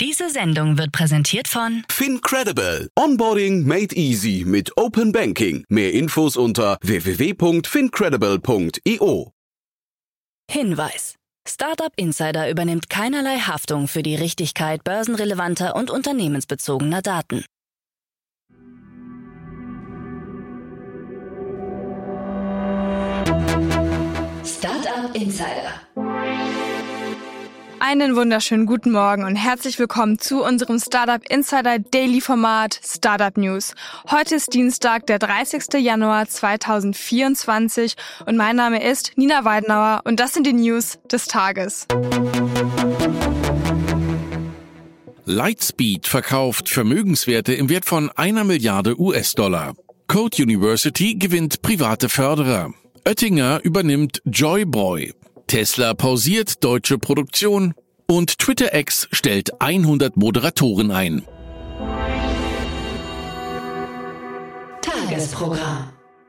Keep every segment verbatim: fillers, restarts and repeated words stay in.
Diese Sendung wird präsentiert von FinCredible. Onboarding made easy mit Open Banking. Mehr Infos unter w w w punkt fincredible punkt i o. Hinweis. Startup Insider übernimmt keinerlei Haftung für die Richtigkeit börsenrelevanter und unternehmensbezogener Daten. Startup Insider. Einen wunderschönen guten Morgen und herzlich willkommen zu unserem Startup Insider Daily Format Startup News. Heute ist Dienstag, der dreißigster Januar zweitausendvierundzwanzig und mein Name ist Nina Weidenauer und das sind die News des Tages. Lightspeed verkauft Vermögenswerte im Wert von einer Milliarde U S-Dollar. Code University gewinnt private Förderer. Oettinger übernimmt Joyboy. Tesla pausiert deutsche Produktion und Twitter X stellt hundert Moderatoren ein. Tagesprogramm.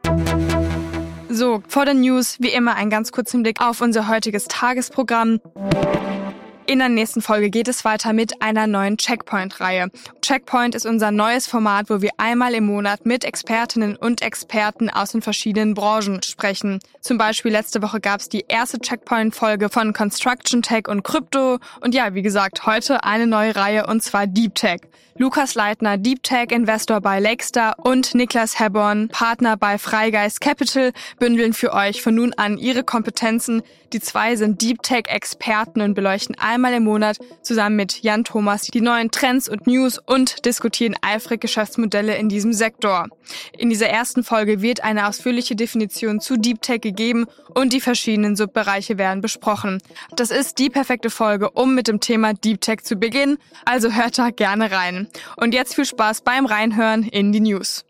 So, vor den News wie immer einen ganz kurzen Blick auf unser heutiges Tagesprogramm. In der nächsten Folge geht es weiter mit einer neuen Checkpoint-Reihe. Checkpoint ist unser neues Format, wo wir einmal im Monat mit Expertinnen und Experten aus den verschiedenen Branchen sprechen. Zum Beispiel letzte Woche gab es die erste Checkpoint-Folge von Construction Tech und Krypto. Und ja, wie gesagt, heute eine neue Reihe und zwar Deep Tech. Lukas Leitner, Deep Tech Investor bei Lakestar und Niklas Hebborn, Partner bei Freigeist Capital, bündeln für euch von nun an ihre Kompetenzen. Die zwei sind Deep Tech Experten und beleuchten einmal im Monat zusammen mit Jan Thomas die neuen Trends und News und diskutieren eifrig Geschäftsmodelle in diesem Sektor. In dieser ersten Folge wird eine ausführliche Definition zu Deep Tech gegeben und die verschiedenen Subbereiche werden besprochen. Das ist die perfekte Folge, um mit dem Thema Deep Tech zu beginnen, also hört da gerne rein. Und jetzt viel Spaß beim Reinhören in die News.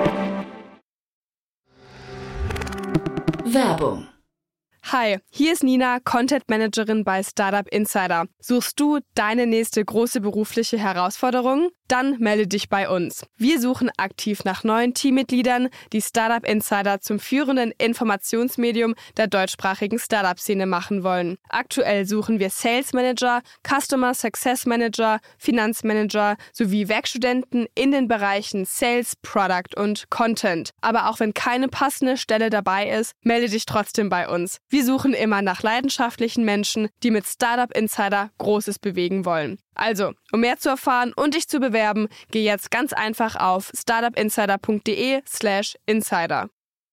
Werbung. Hi, hier ist Nina, Content Managerin bei Startup Insider. Suchst du deine nächste große berufliche Herausforderung? Dann melde dich bei uns. Wir suchen aktiv nach neuen Teammitgliedern, die Startup Insider zum führenden Informationsmedium der deutschsprachigen Startup-Szene machen wollen. Aktuell suchen wir Sales Manager, Customer Success Manager, Finanzmanager sowie Werkstudenten in den Bereichen Sales, Product und Content. Aber auch wenn keine passende Stelle dabei ist, melde dich trotzdem bei uns. Wir suchen immer nach leidenschaftlichen Menschen, die mit Startup Insider Großes bewegen wollen. Also, um mehr zu erfahren und dich zu bewerben, geh jetzt ganz einfach auf startupinsider.de slash insider.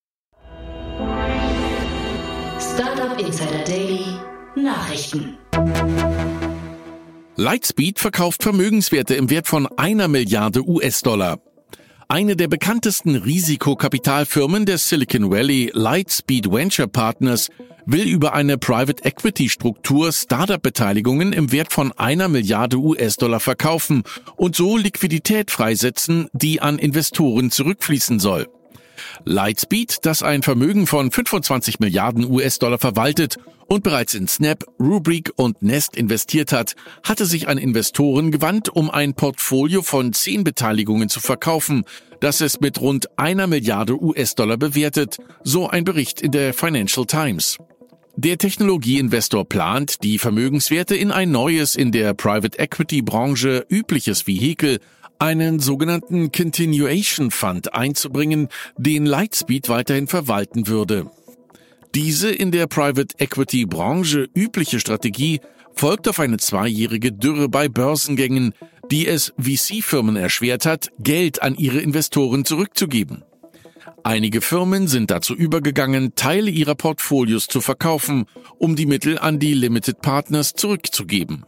Startup Insider Daily Nachrichten. Lightspeed verkauft Vermögenswerte im Wert von einer Milliarde U S-Dollar. Eine der bekanntesten Risikokapitalfirmen des Silicon Valley, Lightspeed Venture Partners, will über eine Private Equity Struktur Startup-Beteiligungen im Wert von einer Milliarde U S-Dollar verkaufen und so Liquidität freisetzen, die an Investoren zurückfließen soll. Lightspeed, das ein Vermögen von fünfundzwanzig Milliarden U S-Dollar verwaltet und bereits in Snap, Rubrik und Nest investiert hat, hatte sich an Investoren gewandt, um ein Portfolio von zehn Beteiligungen zu verkaufen, das es mit rund einer Milliarde U S-Dollar bewertet, so ein Bericht in der Financial Times. Der Technologieinvestor plant, die Vermögenswerte in ein neues, in der Private Equity Branche übliches Vehikel, einen sogenannten Continuation Fund einzubringen, den Lightspeed weiterhin verwalten würde. Diese in der Private Equity Branche übliche Strategie folgt auf eine zweijährige Dürre bei Börsengängen, die es V C-Firmen erschwert hat, Geld an ihre Investoren zurückzugeben. Einige Firmen sind dazu übergegangen, Teile ihrer Portfolios zu verkaufen, um die Mittel an die Limited Partners zurückzugeben.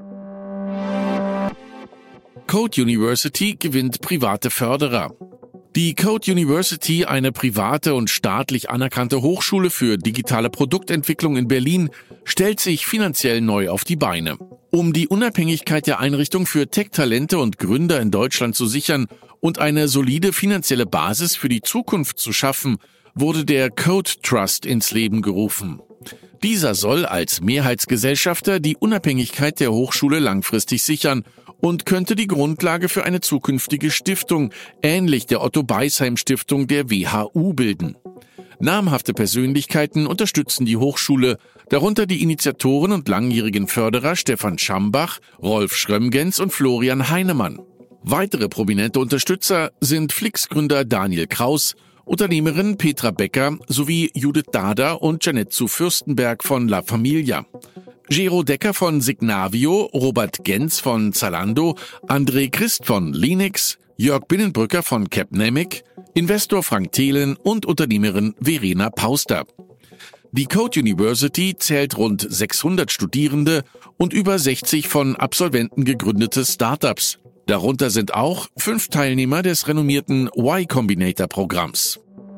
Code University gewinnt private Förderer. Die Code University, eine private und staatlich anerkannte Hochschule für digitale Produktentwicklung in Berlin, stellt sich finanziell neu auf die Beine. Um die Unabhängigkeit der Einrichtung für Tech-Talente und Gründer in Deutschland zu sichern und eine solide finanzielle Basis für die Zukunft zu schaffen, wurde der Code Trust ins Leben gerufen. Dieser soll als Mehrheitsgesellschafter die Unabhängigkeit der Hochschule langfristig sichern und könnte die Grundlage für eine zukünftige Stiftung, ähnlich der Otto Beisheim Stiftung der W H U, bilden. Namhafte Persönlichkeiten unterstützen die Hochschule, darunter die Initiatoren und langjährigen Förderer Stefan Schambach, Rolf Schrömgens und Florian Heinemann. Weitere prominente Unterstützer sind Flix-Gründer Daniel Kraus, Unternehmerin Petra Becker sowie Judith Dada und Janette zu Fürstenberg von La Familia. Gero Decker von Signavio, Robert Genz von Zalando, André Christ von Linux, Jörg Binnenbrücker von Capnamic, Investor Frank Thelen und Unternehmerin Verena Pauster. Die Code University zählt rund sechshundert Studierende und über sechzig von Absolventen gegründete Startups. Darunter sind auch fünf Teilnehmer des renommierten Y Combinator-Programms.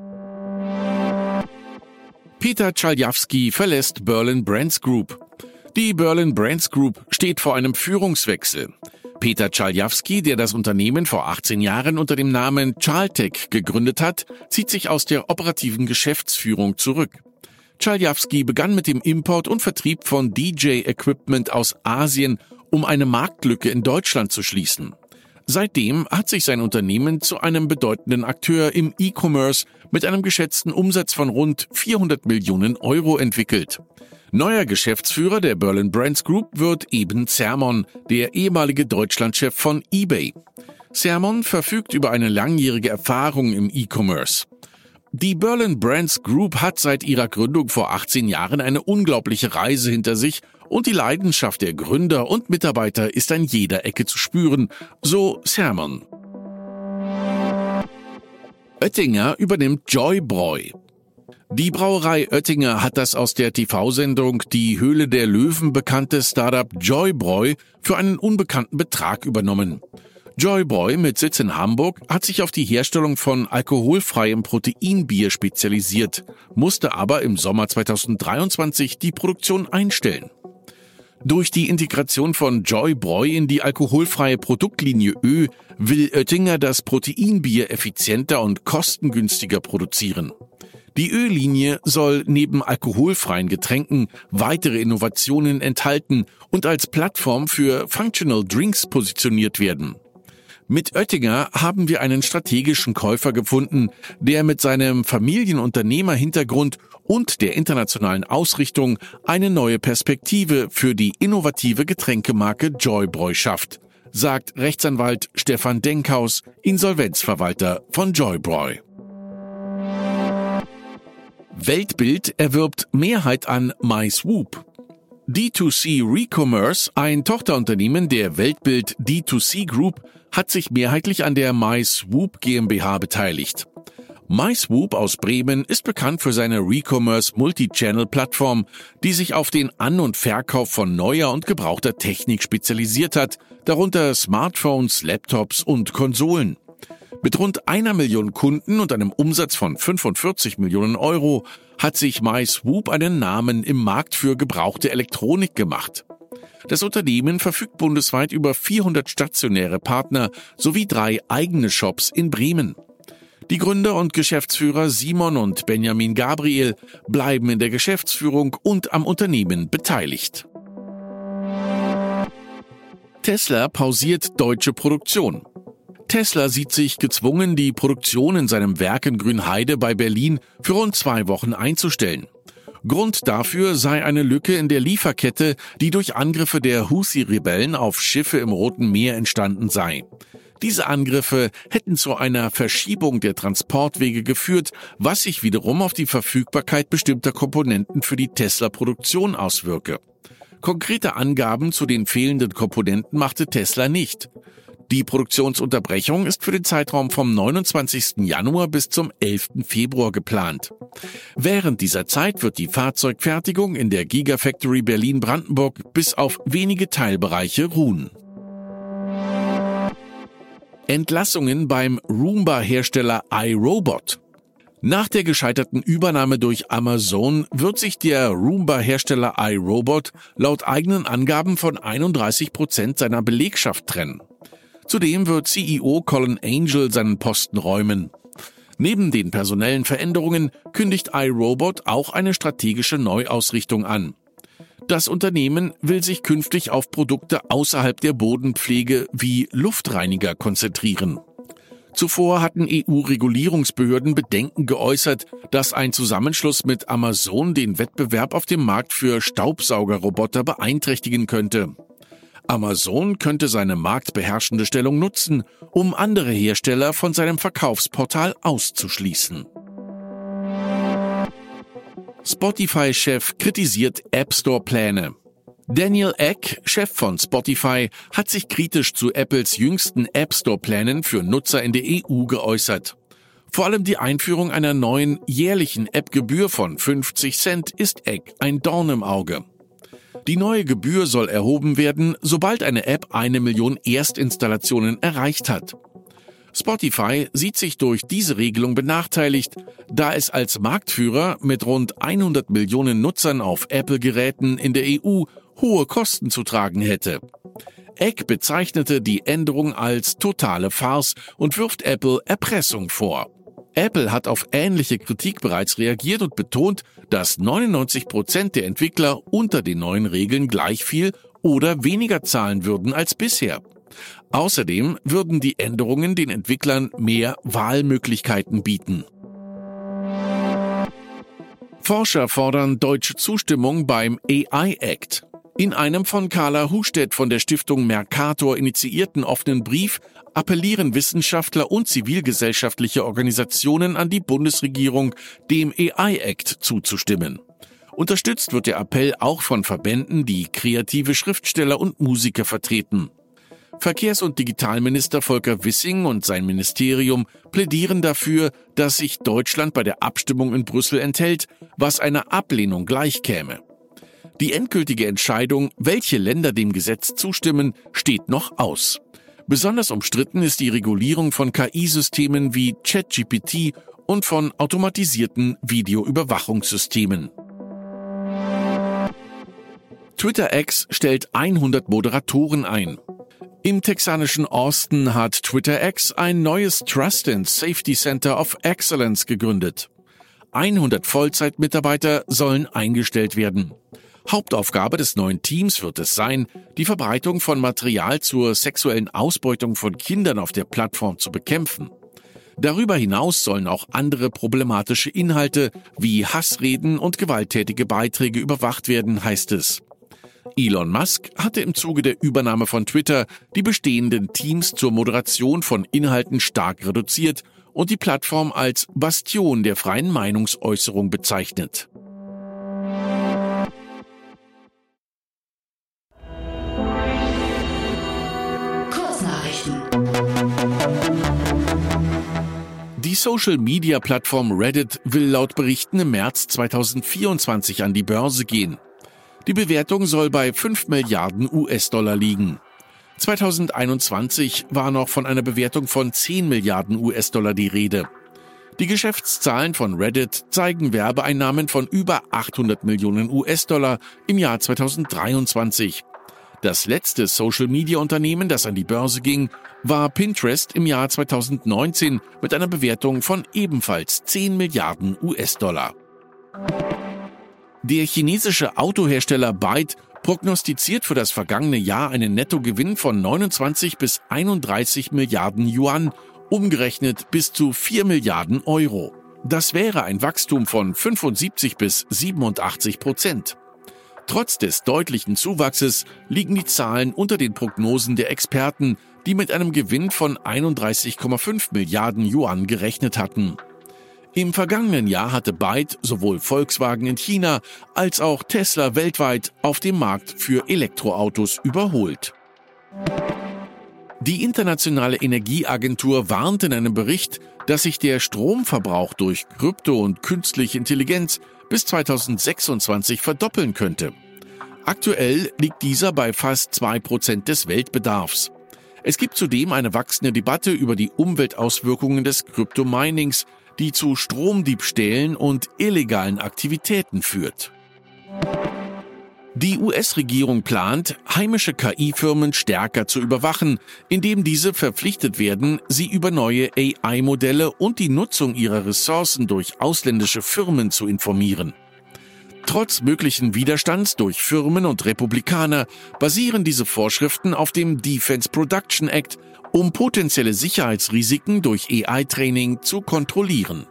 Peter Czaljawski verlässt Berlin Brands Group. Die Berlin Brands Group steht vor einem Führungswechsel. Peter Czaljawski, der das Unternehmen vor achtzehn Jahren unter dem Namen Chaltech gegründet hat, zieht sich aus der operativen Geschäftsführung zurück. Czaljawski begann mit dem Import und Vertrieb von D J-Equipment aus Asien, um eine Marktlücke in Deutschland zu schließen. Seitdem hat sich sein Unternehmen zu einem bedeutenden Akteur im E-Commerce mit einem geschätzten Umsatz von rund vierhundert Millionen Euro entwickelt. Neuer Geschäftsführer der Berlin Brands Group wird Eben Zermon, der ehemalige Deutschlandchef von eBay. Zermon verfügt über eine langjährige Erfahrung im E-Commerce. Die Berlin Brands Group hat seit ihrer Gründung vor achtzehn Jahren eine unglaubliche Reise hinter sich und die Leidenschaft der Gründer und Mitarbeiter ist an jeder Ecke zu spüren, so Zermon. Oettinger übernimmt Joybräu. Die Brauerei Oettinger hat das aus der T V-Sendung Die Höhle der Löwen bekannte Startup Joybräu für einen unbekannten Betrag übernommen. Joybräu mit Sitz in Hamburg hat sich auf die Herstellung von alkoholfreiem Proteinbier spezialisiert, musste aber im Sommer zweitausenddreiundzwanzig die Produktion einstellen. Durch die Integration von Joybräu in die alkoholfreie Produktlinie Ö will Oettinger das Proteinbier effizienter und kostengünstiger produzieren. Die Ö-Linie soll neben alkoholfreien Getränken weitere Innovationen enthalten und als Plattform für Functional Drinks positioniert werden. Mit Oettinger haben wir einen strategischen Käufer gefunden, der mit seinem Familienunternehmerhintergrund und der internationalen Ausrichtung eine neue Perspektive für die innovative Getränkemarke Joybräu schafft, sagt Rechtsanwalt Stefan Denkhaus, Insolvenzverwalter von Joybräu. Weltbild erwirbt Mehrheit an MySwoop. D zwei C Recommerce, ein Tochterunternehmen der Weltbild D zwei C Group, hat sich mehrheitlich an der MySwoop GmbH beteiligt. MySwoop aus Bremen ist bekannt für seine Recommerce Multi-Channel-Plattform, die sich auf den An- und Verkauf von neuer und gebrauchter Technik spezialisiert hat, darunter Smartphones, Laptops und Konsolen. Mit rund einer Million Kunden und einem Umsatz von fünfundvierzig Millionen Euro hat sich MySwoop einen Namen im Markt für gebrauchte Elektronik gemacht. Das Unternehmen verfügt bundesweit über vierhundert stationäre Partner sowie drei eigene Shops in Bremen. Die Gründer und Geschäftsführer Simon und Benjamin Gabriel bleiben in der Geschäftsführung und am Unternehmen beteiligt. Tesla pausiert deutsche Produktion. Tesla sieht sich gezwungen, die Produktion in seinem Werk in Grünheide bei Berlin für rund zwei Wochen einzustellen. Grund dafür sei eine Lücke in der Lieferkette, die durch Angriffe der Houthi-Rebellen auf Schiffe im Roten Meer entstanden sei. Diese Angriffe hätten zu einer Verschiebung der Transportwege geführt, was sich wiederum auf die Verfügbarkeit bestimmter Komponenten für die Tesla-Produktion auswirke. Konkrete Angaben zu den fehlenden Komponenten machte Tesla nicht. Die Produktionsunterbrechung ist für den Zeitraum vom neunundzwanzigsten Januar bis zum elften Februar geplant. Während dieser Zeit wird die Fahrzeugfertigung in der Gigafactory Berlin-Brandenburg bis auf wenige Teilbereiche ruhen. Entlassungen beim Roomba-Hersteller iRobot. Nach der gescheiterten Übernahme durch Amazon wird sich der Roomba-Hersteller iRobot laut eigenen Angaben von einunddreißig Prozent seiner Belegschaft trennen. Zudem wird C E O Colin Angel seinen Posten räumen. Neben den personellen Veränderungen kündigt iRobot auch eine strategische Neuausrichtung an. Das Unternehmen will sich künftig auf Produkte außerhalb der Bodenpflege wie Luftreiniger konzentrieren. Zuvor hatten E U-Regulierungsbehörden Bedenken geäußert, dass ein Zusammenschluss mit Amazon den Wettbewerb auf dem Markt für Staubsaugerroboter beeinträchtigen könnte. Amazon könnte seine marktbeherrschende Stellung nutzen, um andere Hersteller von seinem Verkaufsportal auszuschließen. Spotify-Chef kritisiert App Store-Pläne. Daniel Ek, Chef von Spotify, hat sich kritisch zu Apples jüngsten App Store-Plänen für Nutzer in der E U geäußert. Vor allem die Einführung einer neuen jährlichen App-Gebühr von fünfzig Cent ist Ek ein Dorn im Auge. Die neue Gebühr soll erhoben werden, sobald eine App eine Million Erstinstallationen erreicht hat. Spotify sieht sich durch diese Regelung benachteiligt, da es als Marktführer mit rund hundert Millionen Nutzern auf Apple-Geräten in der E U hohe Kosten zu tragen hätte. Ek bezeichnete die Änderung als totale Farce und wirft Apple Erpressung vor. Apple hat auf ähnliche Kritik bereits reagiert und betont, dass neunundneunzig Prozent der Entwickler unter den neuen Regeln gleich viel oder weniger zahlen würden als bisher. Außerdem würden die Änderungen den Entwicklern mehr Wahlmöglichkeiten bieten. Forscher fordern deutsche Zustimmung beim A I Act. In einem von Carla Hustedt von der Stiftung Mercator initiierten offenen Brief appellieren Wissenschaftler und zivilgesellschaftliche Organisationen an die Bundesregierung, dem A I Act zuzustimmen. Unterstützt wird der Appell auch von Verbänden, die kreative Schriftsteller und Musiker vertreten. Verkehrs- und Digitalminister Volker Wissing und sein Ministerium plädieren dafür, dass sich Deutschland bei der Abstimmung in Brüssel enthält, was einer Ablehnung gleichkäme. Die endgültige Entscheidung, welche Länder dem Gesetz zustimmen, steht noch aus. Besonders umstritten ist die Regulierung von K I-Systemen wie ChatGPT und von automatisierten Videoüberwachungssystemen. Twitter X stellt hundert Moderatoren ein. Im texanischen Austin hat Twitter X ein neues Trust and Safety Center of Excellence gegründet. hundert Vollzeitmitarbeiter sollen eingestellt werden. Hauptaufgabe des neuen Teams wird es sein, die Verbreitung von Material zur sexuellen Ausbeutung von Kindern auf der Plattform zu bekämpfen. Darüber hinaus sollen auch andere problematische Inhalte wie Hassreden und gewalttätige Beiträge überwacht werden, heißt es. Elon Musk hatte im Zuge der Übernahme von Twitter die bestehenden Teams zur Moderation von Inhalten stark reduziert und die Plattform als Bastion der freien Meinungsäußerung bezeichnet. Die Social-Media-Plattform Reddit will laut Berichten im März zweitausendvierundzwanzig an die Börse gehen. Die Bewertung soll bei fünf Milliarden U S-Dollar liegen. zweitausendeinundzwanzig war noch von einer Bewertung von zehn Milliarden U S-Dollar die Rede. Die Geschäftszahlen von Reddit zeigen Werbeeinnahmen von über achthundert Millionen U S-Dollar im Jahr zweitausenddreiundzwanzig. Das letzte Social-Media-Unternehmen, das an die Börse ging, war Pinterest im Jahr zweitausendneunzehn mit einer Bewertung von ebenfalls zehn Milliarden U S-Dollar. Der chinesische Autohersteller Byte prognostiziert für das vergangene Jahr einen Nettogewinn von neunundzwanzig bis einunddreißig Milliarden Yuan, umgerechnet bis zu vier Milliarden Euro. Das wäre ein Wachstum von fünfundsiebzig bis siebenundachtzig Prozent. Trotz des deutlichen Zuwachses liegen die Zahlen unter den Prognosen der Experten, die mit einem Gewinn von einunddreißig Komma fünf Milliarden Yuan gerechnet hatten. Im vergangenen Jahr hatte Byte sowohl Volkswagen in China als auch Tesla weltweit auf dem Markt für Elektroautos überholt. Die Internationale Energieagentur warnt in einem Bericht, dass sich der Stromverbrauch durch Krypto- und künstliche Intelligenz bis zweitausendsechsundzwanzig verdoppeln könnte. Aktuell liegt dieser bei fast zwei Prozent des Weltbedarfs. Es gibt zudem eine wachsende Debatte über die Umweltauswirkungen des Kryptominings, die zu Stromdiebstählen und illegalen Aktivitäten führt. Die U S-Regierung plant, heimische K I-Firmen stärker zu überwachen, indem diese verpflichtet werden, sie über neue A I-Modelle und die Nutzung ihrer Ressourcen durch ausländische Firmen zu informieren. Trotz möglichen Widerstands durch Firmen und Republikaner basieren diese Vorschriften auf dem Defense Production Act, um potenzielle Sicherheitsrisiken durch A I-Training zu kontrollieren.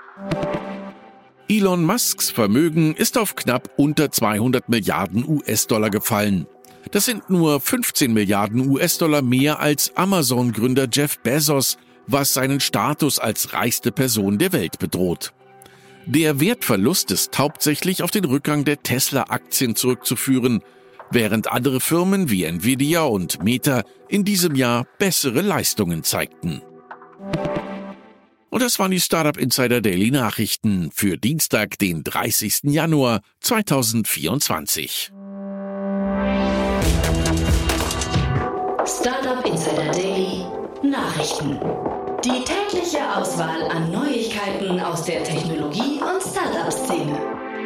Elon Musks Vermögen ist auf knapp unter zweihundert Milliarden U S-Dollar gefallen. Das sind nur fünfzehn Milliarden U S-Dollar mehr als Amazon-Gründer Jeff Bezos, was seinen Status als reichste Person der Welt bedroht. Der Wertverlust ist hauptsächlich auf den Rückgang der Tesla-Aktien zurückzuführen, während andere Firmen wie Nvidia und Meta in diesem Jahr bessere Leistungen zeigten. Und das waren die Startup Insider Daily Nachrichten für Dienstag, den dreißigsten Januar zweitausendvierundzwanzig. Startup Insider Daily Nachrichten. Die tägliche Auswahl an Neuigkeiten aus der Technologie- und Startup-Szene.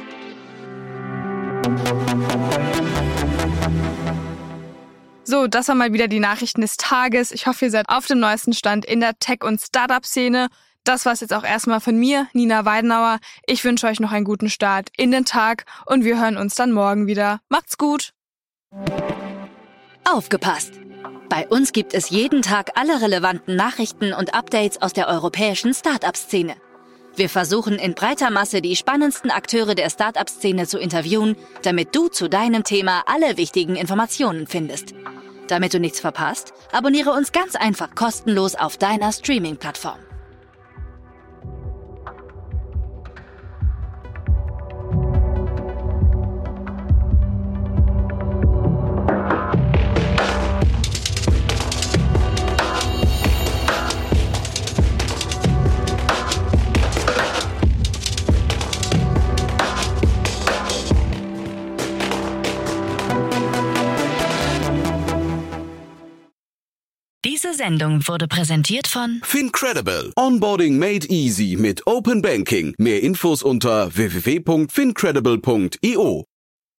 So, das waren mal wieder die Nachrichten des Tages. Ich hoffe, ihr seid auf dem neuesten Stand in der Tech- und Startup-Szene. Das war's jetzt auch erstmal von mir, Nina Weidenauer. Ich wünsche euch noch einen guten Start in den Tag und wir hören uns dann morgen wieder. Macht's gut! Aufgepasst! Bei uns gibt es jeden Tag alle relevanten Nachrichten und Updates aus der europäischen Startup-Szene. Wir versuchen in breiter Masse die spannendsten Akteure der Startup-Szene zu interviewen, damit du zu deinem Thema alle wichtigen Informationen findest. Damit du nichts verpasst, abonniere uns ganz einfach kostenlos auf deiner Streaming-Plattform. Diese Sendung wurde präsentiert von FinCredible. Onboarding made easy mit Open Banking. Mehr Infos unter w w w punkt fincredible punkt i o.